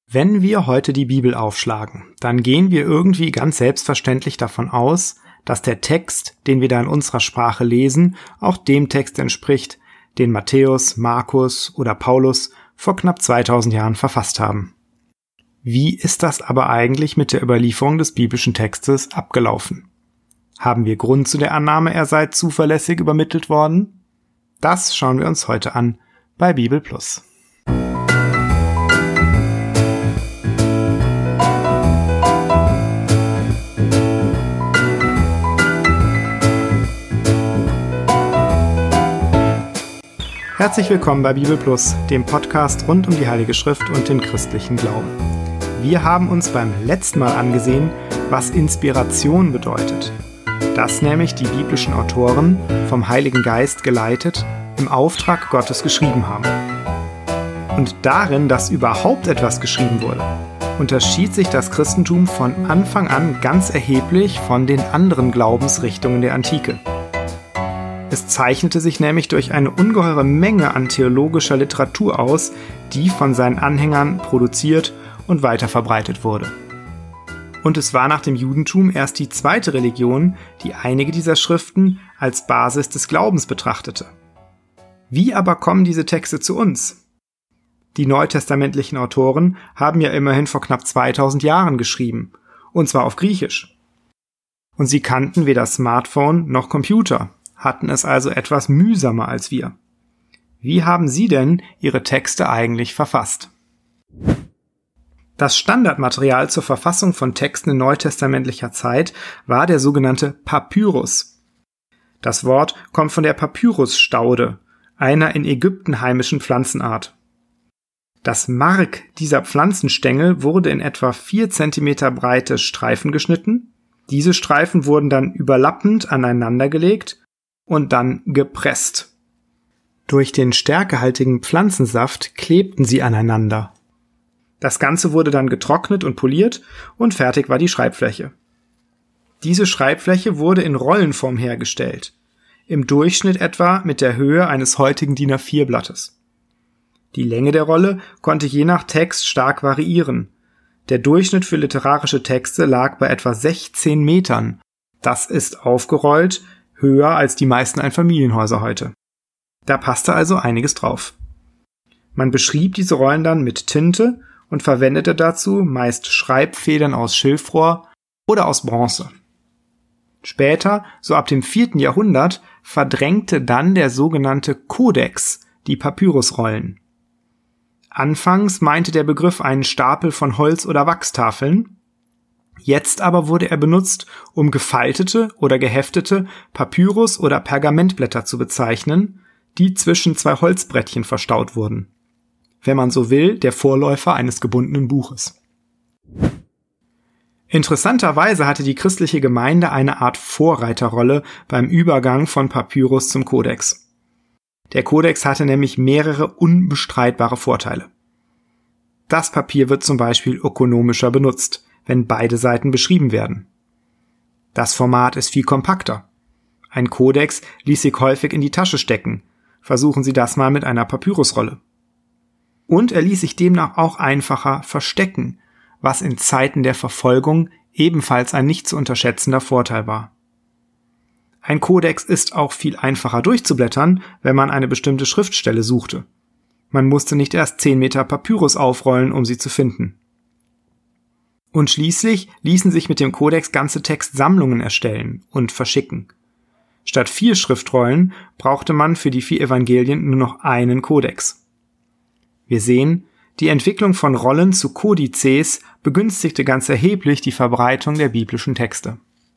Wenn wir heute die Bibel aufschlagen, dann gehen wir irgendwie ganz selbstverständlich davon aus, dass der Text, den wir da in unserer Sprache lesen, auch dem Text entspricht, den Matthäus, Markus oder Paulus vor knapp 2000 Jahren verfasst haben. Wie ist das aber eigentlich mit der Überlieferung des biblischen Textes abgelaufen? Haben wir Grund zu der Annahme, er sei zuverlässig übermittelt worden? Das schauen wir uns heute an bei Bibel Plus. Herzlich willkommen bei Bibel Plus, dem Podcast rund um die Heilige Schrift und den christlichen Glauben. Wir haben uns beim letzten Mal angesehen, was Inspiration bedeutet. Dass nämlich die biblischen Autoren vom Heiligen Geist geleitet im Auftrag Gottes geschrieben haben. Und darin, dass überhaupt etwas geschrieben wurde, unterschied sich das Christentum von Anfang an ganz erheblich von den anderen Glaubensrichtungen der Antike. Es zeichnete sich nämlich durch eine ungeheure Menge an theologischer Literatur aus, die von seinen Anhängern produziert und weiterverbreitet wurde. Und es war nach dem Judentum erst die zweite Religion, die einige dieser Schriften als Basis des Glaubens betrachtete. Wie aber kommen diese Texte zu uns? Die neutestamentlichen Autoren haben ja immerhin vor knapp 2000 Jahren geschrieben, und zwar auf Griechisch. Und sie kannten weder Smartphone noch Computer, hatten es also etwas mühsamer als wir. Wie haben sie denn ihre Texte eigentlich verfasst? Das Standardmaterial zur Verfassung von Texten in neutestamentlicher Zeit war der sogenannte Papyrus. Das Wort kommt von der Papyrusstaude, einer in Ägypten heimischen Pflanzenart. Das Mark dieser Pflanzenstängel wurde in etwa 4 cm breite Streifen geschnitten. Diese Streifen wurden dann überlappend aneinandergelegt und dann gepresst. Durch den stärkehaltigen Pflanzensaft klebten sie aneinander. Das Ganze wurde dann getrocknet und poliert und fertig war die Schreibfläche. Diese Schreibfläche wurde in Rollenform hergestellt, im Durchschnitt etwa mit der Höhe eines heutigen DIN A4-Blattes. Die Länge der Rolle konnte je nach Text stark variieren. Der Durchschnitt für literarische Texte lag bei etwa 16 Metern. Das ist aufgerollt, höher als die meisten Einfamilienhäuser heute. Da passte also einiges drauf. Man beschrieb diese Rollen dann mit Tinte und verwendete dazu meist Schreibfedern aus Schilfrohr oder aus Bronze. Später, so ab dem 4. Jahrhundert, verdrängte dann der sogenannte Kodex die Papyrusrollen. Anfangs meinte der Begriff einen Stapel von Holz- oder Wachstafeln. Jetzt aber wurde er benutzt, um gefaltete oder geheftete Papyrus- oder Pergamentblätter zu bezeichnen, die zwischen 2 Holzbrettchen verstaut wurden. Wenn man so will, der Vorläufer eines gebundenen Buches. Interessanterweise hatte die christliche Gemeinde eine Art Vorreiterrolle beim Übergang von Papyrus zum Kodex. Der Kodex hatte nämlich mehrere unbestreitbare Vorteile. Das Papier wird zum Beispiel ökonomischer benutzt, wenn beide Seiten beschrieben werden. Das Format ist viel kompakter. Ein Kodex ließ sich häufig in die Tasche stecken. Versuchen Sie das mal mit einer Papyrusrolle. Und er ließ sich demnach auch einfacher verstecken, was in Zeiten der Verfolgung ebenfalls ein nicht zu unterschätzender Vorteil war. Ein Kodex ist auch viel einfacher durchzublättern, wenn man eine bestimmte Schriftstelle suchte. Man musste nicht erst 10 Meter Papyrus aufrollen, um sie zu finden. Und schließlich ließen sich mit dem Kodex ganze Textsammlungen erstellen und verschicken. Statt 4 Schriftrollen brauchte man für die 4 Evangelien nur noch einen Kodex. Wir sehen, die Entwicklung von Rollen zu Kodizes begünstigte ganz erheblich die Verbreitung der biblischen Texte.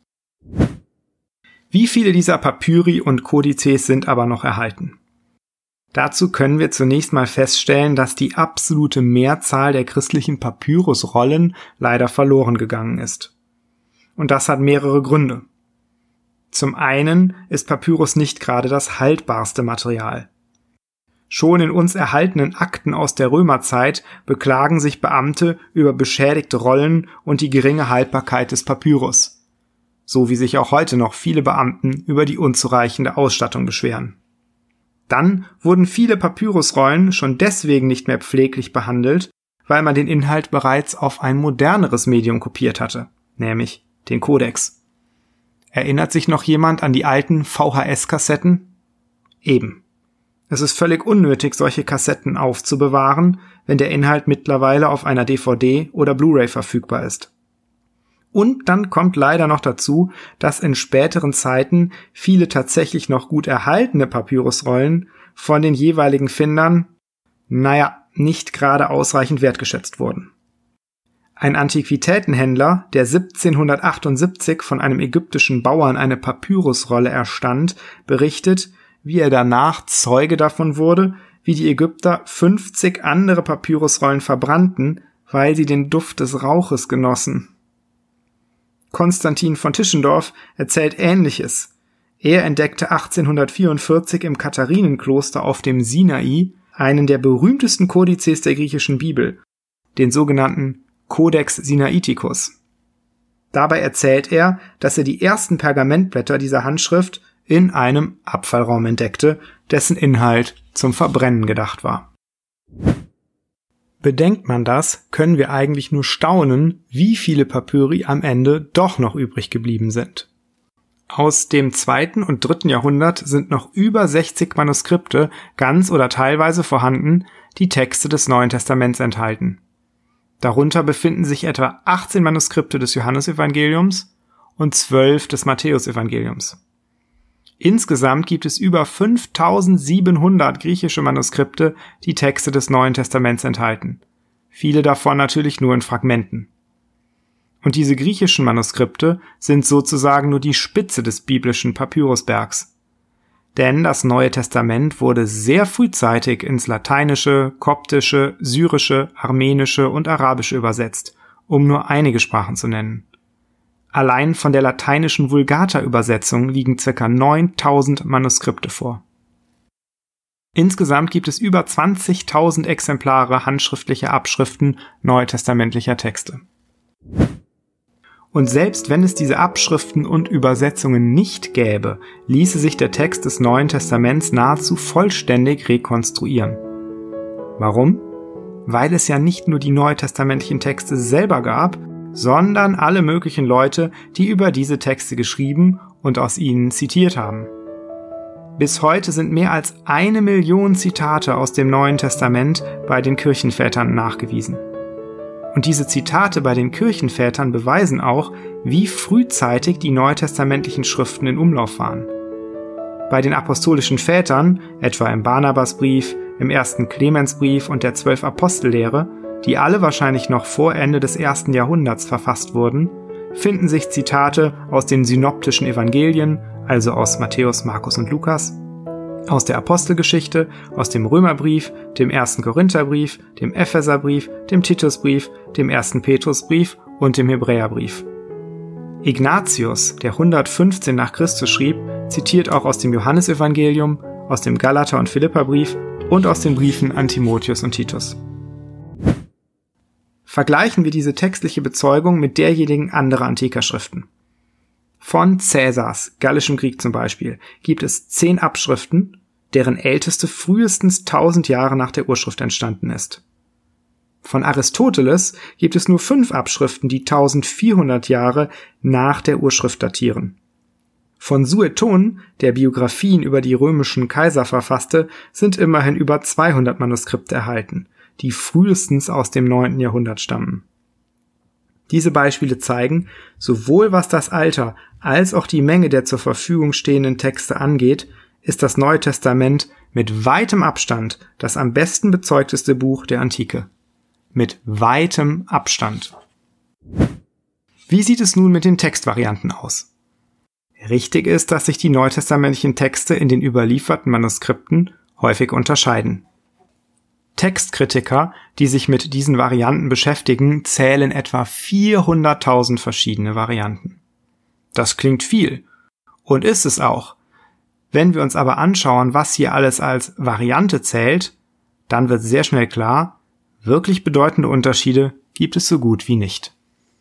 Wie viele dieser Papyri und Kodizes sind aber noch erhalten? Dazu können wir zunächst mal feststellen, dass die absolute Mehrzahl der christlichen Papyrusrollen leider verloren gegangen ist. Und das hat mehrere Gründe. Zum einen ist Papyrus nicht gerade das haltbarste Material. Schon in uns erhaltenen Akten aus der Römerzeit beklagen sich Beamte über beschädigte Rollen und die geringe Haltbarkeit des Papyrus. So wie sich auch heute noch viele Beamten über die unzureichende Ausstattung beschweren. Dann wurden viele Papyrusrollen schon deswegen nicht mehr pfleglich behandelt, weil man den Inhalt bereits auf ein moderneres Medium kopiert hatte, nämlich den Kodex. Erinnert sich noch jemand an die alten VHS-Kassetten? Eben. Es ist völlig unnötig, solche Kassetten aufzubewahren, wenn der Inhalt mittlerweile auf einer DVD oder Blu-ray verfügbar ist. Und dann kommt leider noch dazu, dass in späteren Zeiten viele tatsächlich noch gut erhaltene Papyrusrollen von den jeweiligen Findern, nicht gerade ausreichend wertgeschätzt wurden. Ein Antiquitätenhändler, der 1778 von einem ägyptischen Bauern eine Papyrusrolle erstand, berichtet, wie er danach Zeuge davon wurde, wie die Ägypter 50 andere Papyrusrollen verbrannten, weil sie den Duft des Rauches genossen. Konstantin von Tischendorf erzählt Ähnliches. Er entdeckte 1844 im Katharinenkloster auf dem Sinai einen der berühmtesten Kodizes der griechischen Bibel, den sogenannten Codex Sinaiticus. Dabei erzählt er, dass er die ersten Pergamentblätter dieser Handschrift in einem Abfallraum entdeckte, dessen Inhalt zum Verbrennen gedacht war. Bedenkt man das, können wir eigentlich nur staunen, wie viele Papyri am Ende doch noch übrig geblieben sind. Aus dem 2. und 3. Jahrhundert sind noch über 60 Manuskripte ganz oder teilweise vorhanden, die Texte des Neuen Testaments enthalten. Darunter befinden sich etwa 18 Manuskripte des Johannesevangeliums und 12 des Matthäusevangeliums. Insgesamt gibt es über 5700 griechische Manuskripte, die Texte des Neuen Testaments enthalten. Viele davon natürlich nur in Fragmenten. Und diese griechischen Manuskripte sind sozusagen nur die Spitze des biblischen Papyrusbergs. Denn das Neue Testament wurde sehr frühzeitig ins Lateinische, Koptische, Syrische, Armenische und Arabische übersetzt, um nur einige Sprachen zu nennen. Allein von der lateinischen Vulgata-Übersetzung liegen ca. 9000 Manuskripte vor. Insgesamt gibt es über 20.000 Exemplare handschriftlicher Abschriften neutestamentlicher Texte. Und selbst wenn es diese Abschriften und Übersetzungen nicht gäbe, ließe sich der Text des Neuen Testaments nahezu vollständig rekonstruieren. Warum? Weil es ja nicht nur die neutestamentlichen Texte selber gab, sondern alle möglichen Leute, die über diese Texte geschrieben und aus ihnen zitiert haben. Bis heute sind mehr als 1 Million Zitate aus dem Neuen Testament bei den Kirchenvätern nachgewiesen. Und diese Zitate bei den Kirchenvätern beweisen auch, wie frühzeitig die neutestamentlichen Schriften in Umlauf waren. Bei den apostolischen Vätern, etwa im Barnabasbrief, im 1. Clemensbrief und der 12 Apostellehre, die alle wahrscheinlich noch vor Ende des 1. Jahrhunderts verfasst wurden, finden sich Zitate aus den synoptischen Evangelien, also aus Matthäus, Markus und Lukas, aus der Apostelgeschichte, aus dem Römerbrief, dem 1. Korintherbrief, dem Epheserbrief, dem Titusbrief, dem 1. Petrusbrief und dem Hebräerbrief. Ignatius, der 115 nach Christus schrieb, zitiert auch aus dem Johannesevangelium, aus dem Galater- und Philipperbrief und aus den Briefen an Timotheus und Titus. Vergleichen wir diese textliche Bezeugung mit derjenigen anderer antiker Schriften. Von Cäsars Gallischem Krieg zum Beispiel gibt es 10 Abschriften, deren älteste frühestens 1000 Jahre nach der Urschrift entstanden ist. Von Aristoteles gibt es nur 5 Abschriften, die 1400 Jahre nach der Urschrift datieren. Von Sueton, der Biografien über die römischen Kaiser verfasste, sind immerhin über 200 Manuskripte erhalten, die frühestens aus dem 9. Jahrhundert stammen. Diese Beispiele zeigen, sowohl was das Alter als auch die Menge der zur Verfügung stehenden Texte angeht, ist das Neue Testament mit weitem Abstand das am besten bezeugteste Buch der Antike. Mit weitem Abstand. Wie sieht es nun mit den Textvarianten aus? Richtig ist, dass sich die neutestamentlichen Texte in den überlieferten Manuskripten häufig unterscheiden. Textkritiker, die sich mit diesen Varianten beschäftigen, zählen etwa 400.000 verschiedene Varianten. Das klingt viel. Und ist es auch. Wenn wir uns aber anschauen, was hier alles als Variante zählt, dann wird sehr schnell klar, wirklich bedeutende Unterschiede gibt es so gut wie nicht.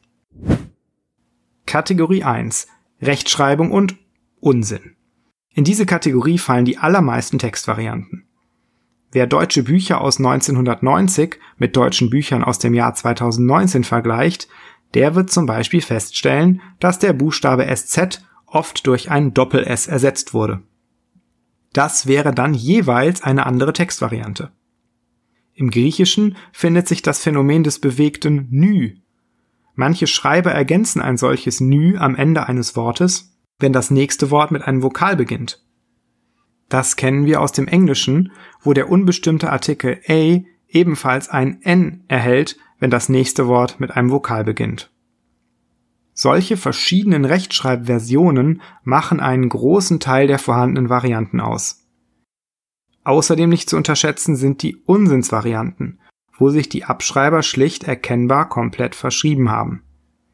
Kategorie 1: Rechtschreibung und Unsinn. In diese Kategorie fallen die allermeisten Textvarianten. Wer deutsche Bücher aus 1990 mit deutschen Büchern aus dem Jahr 2019 vergleicht, der wird zum Beispiel feststellen, dass der Buchstabe SZ oft durch ein Doppel-S ersetzt wurde. Das wäre dann jeweils eine andere Textvariante. Im Griechischen findet sich das Phänomen des bewegten Nü. Manche Schreiber ergänzen ein solches Nü am Ende eines Wortes, wenn das nächste Wort mit einem Vokal beginnt. Das kennen wir aus dem Englischen, wo der unbestimmte Artikel a ebenfalls ein N erhält, wenn das nächste Wort mit einem Vokal beginnt. Solche verschiedenen Rechtschreibversionen machen einen großen Teil der vorhandenen Varianten aus. Außerdem nicht zu unterschätzen sind die Unsinnsvarianten, wo sich die Abschreiber schlicht erkennbar komplett verschrieben haben.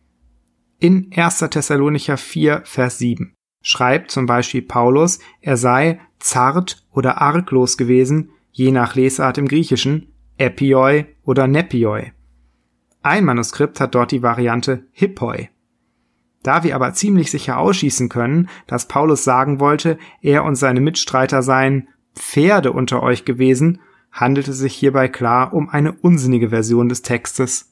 In 1. Thessalonicher 4, Vers 7 schreibt zum Beispiel Paulus, er sei zart oder arglos gewesen, je nach Lesart im Griechischen, epioi oder nepioi. Ein Manuskript hat dort die Variante hippoi. Da wir aber ziemlich sicher ausschließen können, dass Paulus sagen wollte, er und seine Mitstreiter seien Pferde unter euch gewesen, handelt es sich hierbei klar um eine unsinnige Version des Textes.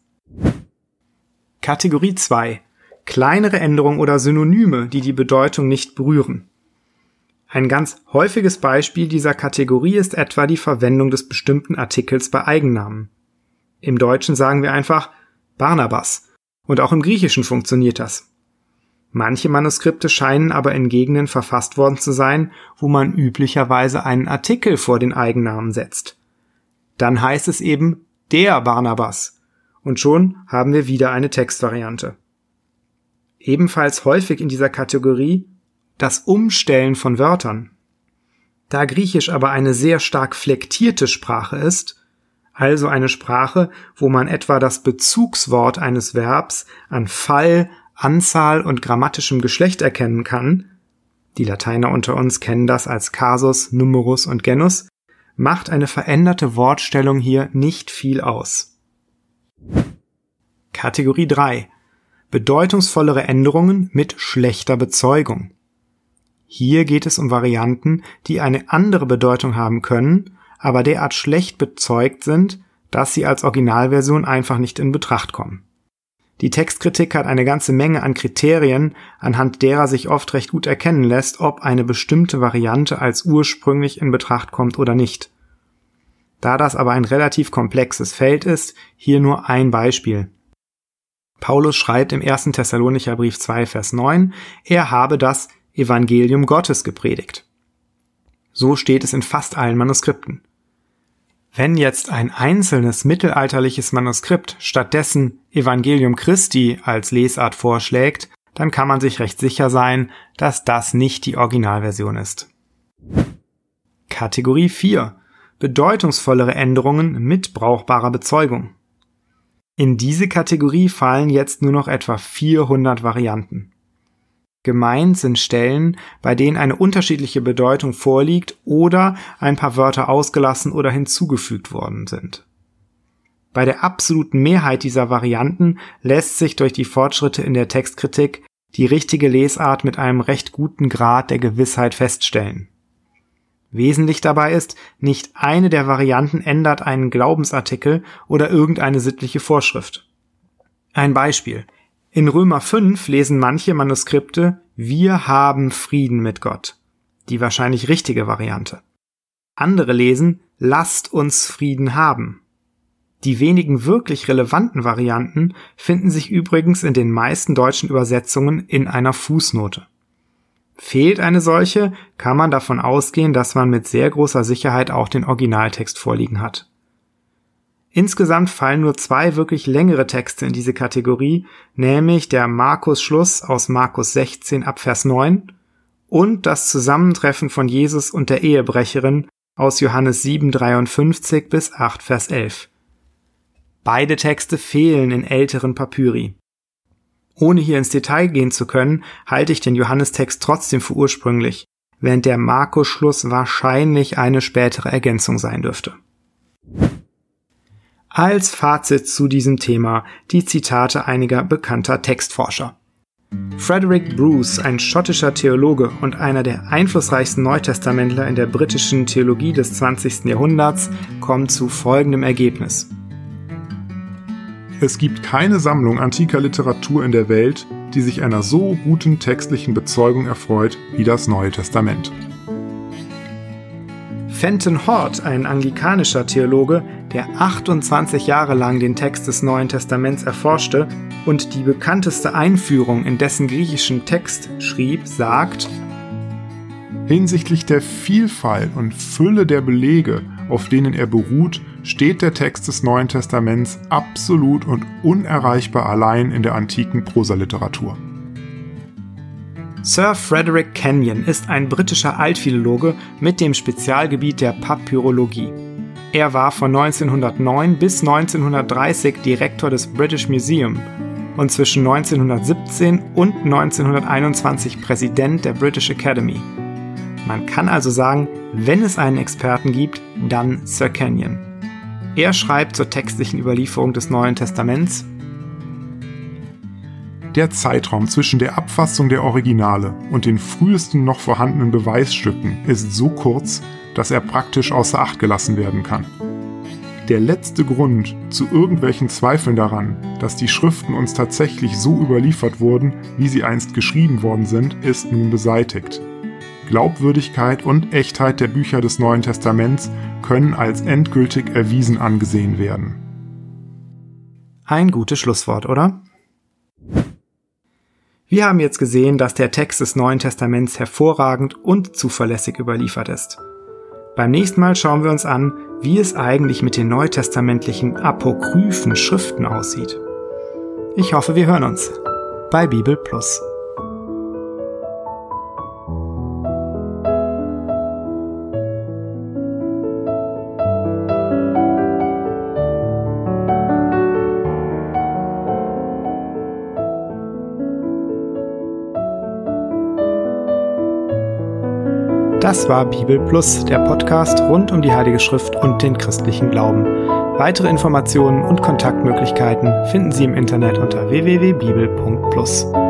Kategorie 2. Kleinere Änderungen oder Synonyme, die die Bedeutung nicht berühren. Ein ganz häufiges Beispiel dieser Kategorie ist etwa die Verwendung des bestimmten Artikels bei Eigennamen. Im Deutschen sagen wir einfach Barnabas und auch im Griechischen funktioniert das. Manche Manuskripte scheinen aber in Gegenden verfasst worden zu sein, wo man üblicherweise einen Artikel vor den Eigennamen setzt. Dann heißt es eben der Barnabas und schon haben wir wieder eine Textvariante. Ebenfalls häufig in dieser Kategorie das Umstellen von Wörtern. Da Griechisch aber eine sehr stark flektierte Sprache ist, also eine Sprache, wo man etwa das Bezugswort eines Verbs an Fall, Anzahl und grammatischem Geschlecht erkennen kann, die Lateiner unter uns kennen das als Kasus, Numerus und Genus, macht eine veränderte Wortstellung hier nicht viel aus. Kategorie 3. Bedeutungsvollere Änderungen mit schlechter Bezeugung. Hier geht es um Varianten, die eine andere Bedeutung haben können, aber derart schlecht bezeugt sind, dass sie als Originalversion einfach nicht in Betracht kommen. Die Textkritik hat eine ganze Menge an Kriterien, anhand derer sich oft recht gut erkennen lässt, ob eine bestimmte Variante als ursprünglich in Betracht kommt oder nicht. Da das aber ein relativ komplexes Feld ist, hier nur ein Beispiel. Paulus schreibt im 1. Thessalonicher Brief 2, Vers 9, er habe das Evangelium Gottes gepredigt. So steht es in fast allen Manuskripten. Wenn jetzt ein einzelnes mittelalterliches Manuskript stattdessen Evangelium Christi als Lesart vorschlägt, dann kann man sich recht sicher sein, dass das nicht die Originalversion ist. Kategorie 4. Bedeutungsvollere Änderungen mit brauchbarer Bezeugung. In diese Kategorie fallen jetzt nur noch etwa 400 Varianten. Gemeint sind Stellen, bei denen eine unterschiedliche Bedeutung vorliegt oder ein paar Wörter ausgelassen oder hinzugefügt worden sind. Bei der absoluten Mehrheit dieser Varianten lässt sich durch die Fortschritte in der Textkritik die richtige Lesart mit einem recht guten Grad der Gewissheit feststellen. Wesentlich dabei ist, nicht eine der Varianten ändert einen Glaubensartikel oder irgendeine sittliche Vorschrift. Ein Beispiel. In Römer 5 lesen manche Manuskripte „Wir haben Frieden mit Gott", die wahrscheinlich richtige Variante. Andere lesen „Lasst uns Frieden haben". Die wenigen wirklich relevanten Varianten finden sich übrigens in den meisten deutschen Übersetzungen in einer Fußnote. Fehlt eine solche, kann man davon ausgehen, dass man mit sehr großer Sicherheit auch den Originaltext vorliegen hat. Insgesamt fallen nur 2 wirklich längere Texte in diese Kategorie, nämlich der Markus-Schluss aus Markus 16 ab Vers 9 und das Zusammentreffen von Jesus und der Ehebrecherin aus Johannes 7, 53 bis 8, Vers 11. Beide Texte fehlen in älteren Papyri. Ohne hier ins Detail gehen zu können, halte ich den Johannes-Text trotzdem für ursprünglich, während der Markus-Schluss wahrscheinlich eine spätere Ergänzung sein dürfte. Als Fazit zu diesem Thema die Zitate einiger bekannter Textforscher. Frederick Bruce, ein schottischer Theologe und einer der einflussreichsten Neutestamentler in der britischen Theologie des 20. Jahrhunderts, kommt zu folgendem Ergebnis. Es gibt keine Sammlung antiker Literatur in der Welt, die sich einer so guten textlichen Bezeugung erfreut wie das Neue Testament. Fenton Hort, ein anglikanischer Theologe, der 28 Jahre lang den Text des Neuen Testaments erforschte und die bekannteste Einführung in dessen griechischen Text schrieb, sagt: Hinsichtlich der Vielfalt und Fülle der Belege, auf denen er beruht, steht der Text des Neuen Testaments absolut und unerreichbar allein in der antiken Prosaliteratur. Sir Frederick Kenyon ist ein britischer Altphilologe mit dem Spezialgebiet der Papyrologie. Er war von 1909 bis 1930 Direktor des British Museum und zwischen 1917 und 1921 Präsident der British Academy. Man kann also sagen, wenn es einen Experten gibt, dann Sir Kenyon. Er schreibt zur textlichen Überlieferung des Neuen Testaments: Der Zeitraum zwischen der Abfassung der Originale und den frühesten noch vorhandenen Beweisstücken ist so kurz, dass er praktisch außer Acht gelassen werden kann. Der letzte Grund zu irgendwelchen Zweifeln daran, dass die Schriften uns tatsächlich so überliefert wurden, wie sie einst geschrieben worden sind, ist nun beseitigt. Glaubwürdigkeit und Echtheit der Bücher des Neuen Testaments können als endgültig erwiesen angesehen werden. Ein gutes Schlusswort, oder? Wir haben jetzt gesehen, dass der Text des Neuen Testaments hervorragend und zuverlässig überliefert ist. Beim nächsten Mal schauen wir uns an, wie es eigentlich mit den neutestamentlichen apokryphen Schriften aussieht. Ich hoffe, wir hören uns bei Bibel Plus. Das war Bibel Plus, der Podcast rund um die Heilige Schrift und den christlichen Glauben. Weitere Informationen und Kontaktmöglichkeiten finden Sie im Internet unter www.bibel.plus.